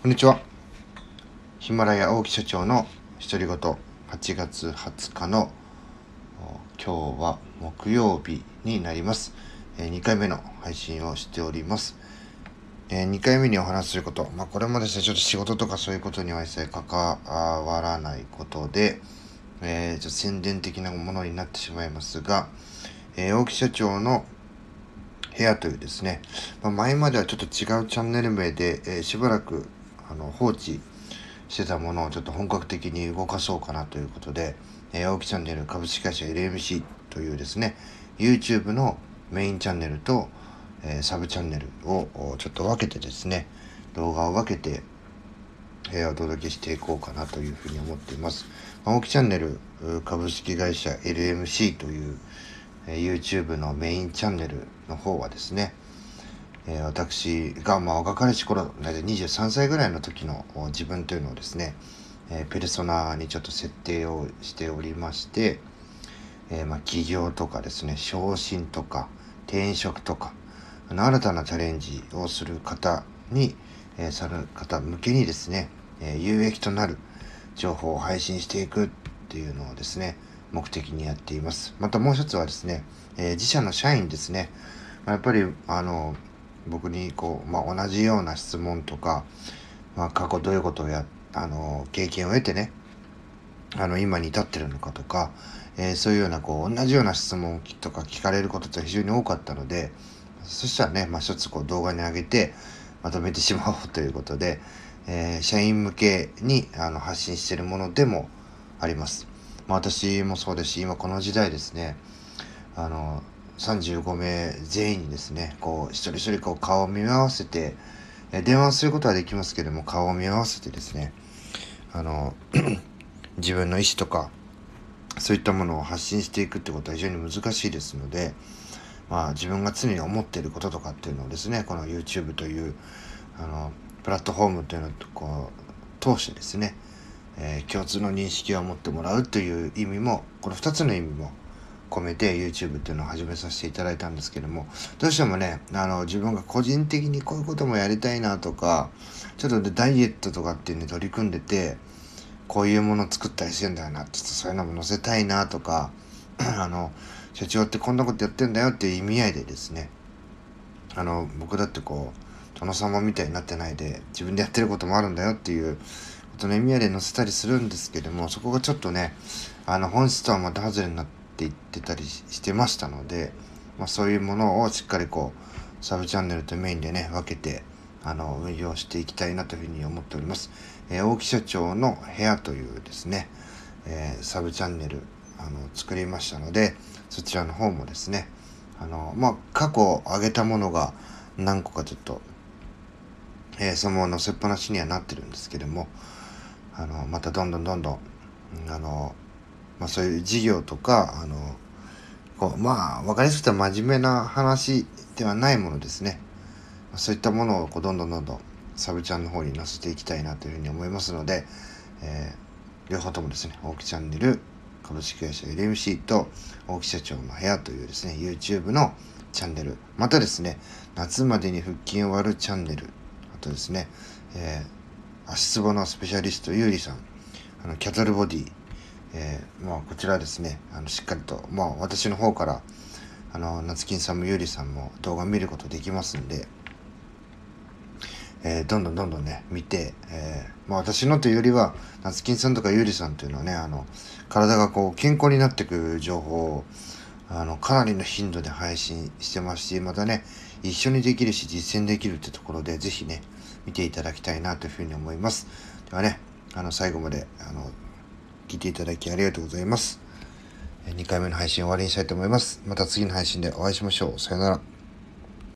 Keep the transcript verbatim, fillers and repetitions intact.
こんにちは。ヒマラヤ大木社長の独り言、はちがつはつかの今日は木曜日になります。にかいめの配信をしております。にかいめにお話しすること、まあ、これもですね、ちょっと仕事とかそういうことには一切関わらないことで、えー、ちょっと宣伝的なものになってしまいますが、えー、大木社長の部屋というですね、まあ、前まではちょっと違うチャンネル名で、えー、しばらくあの放置してたものをちょっと本格的に動かそうかなということで、えー、青木チャンネル株式会社 エルエムシー というですね、YouTube のメインチャンネルと、えー、サブチャンネルをちょっと分けてですね、動画を分けて、えー、お届けしていこうかなというふうに思っています。青木チャンネル株式会社 エルエムシー という、えー、YouTube のメインチャンネルの方はですね、えー、私が、まあ、若かりし頃、大体にじゅうさんさいぐらいの時の自分というのをですね、えー、ペルソナにちょっと設定をしておりまして、えー、まあ起業とかですね、昇進とか転職とか、あの新たなチャレンジをする方に、えー、さる方向けにですね、えー、有益となる情報を配信していくっていうのをですね、目的にやっています。またもう一つはですね、えー、自社の社員ですね、まあ、やっぱりあの僕にこう、まあ、同じような質問とか、まあ、過去どういうことをやあの経験を得てね、あの今に至ってるのかとか、えー、そういうようなこう同じような質問とか聞かれることって非常に多かったので、そしたらね、まあ、一つこう動画に上げてまとめてしまおうということで、えー、社員向けにあの発信しているものでもあります。まあ、私もそうですし、今この時代ですね、あのさんじゅうごめい全員にですね、こう一人一人こう顔を見合わせて、え電話をすることはできますけども、顔を見合わせてですね、あの自分の意思とかそういったものを発信していくってことは非常に難しいですので、まあ自分が常に思っていることとかっていうのをですね、この YouTube というあのプラットフォームというのをこう通してですね、えー、共通の認識を持ってもらうという意味も、このふたつの意味も込めて YouTube っていうのを始めさせていただいたんですけども、どうしてもね、あの自分が個人的にこういうこともやりたいなとか、ちょっとダイエットとかっていうのに取り組んでて、こういうものを作ったりしてんだよな、ちょっとそういうのも載せたいなとかあの社長ってこんなことやってんだよっていう意味合いでですね、あの僕だってこう殿様みたいになってないで自分でやってることもあるんだよっていうことの意味合いで載せたりするんですけども、そこがちょっとね、あの本質とはまた外れになっていってたりしてましたので、まあ、そういうものをしっかりこうサブチャンネルとメインでね分けてあの運用していきたいなというふうに思っております。えー、大木社長の部屋というですね、えー、サブチャンネルあの作りましたので、そちらの方もですね、あのまあ過去上げたものが何個かちょっと、えー、そのまま載せっぱなしにはなってるんですけども、あのまたどんどんどんどんあの、まあ、そういう事業とかあのこうまあ分かりやすく言ったら真面目な話ではないものですね、そういったものをこうどんどんどんどんサブチャンの方に載せていきたいなというふうに思いますので、えー、両方ともですね、大木チャンネル株式会社 エルエムシー と大木社長の部屋というですね YouTube のチャンネル、またですね夏までに腹筋を割るチャンネル、あとですね、えー、足つぼのスペシャリストゆうりさん、あのキャトルボディ、えー、まあこちらですね、あのしっかりとまあ私の方からあの夏金さんもゆうりさんも動画見ることできますんで、えー、どんどんどんどんね見て、えーまあ、私のというよりは夏金さんとかゆうりさんというのはね、あの体がこう健康になっていく情報をあのかなりの頻度で配信してますし、またね一緒にできるし実践できるってところでぜひね見ていただきたいなというふうに思います。ではね、あの最後まであの聞いていただきありがとうございます。にかいめの配信終わりにしたいと思います。また次の配信でお会いしましょう。さよなら。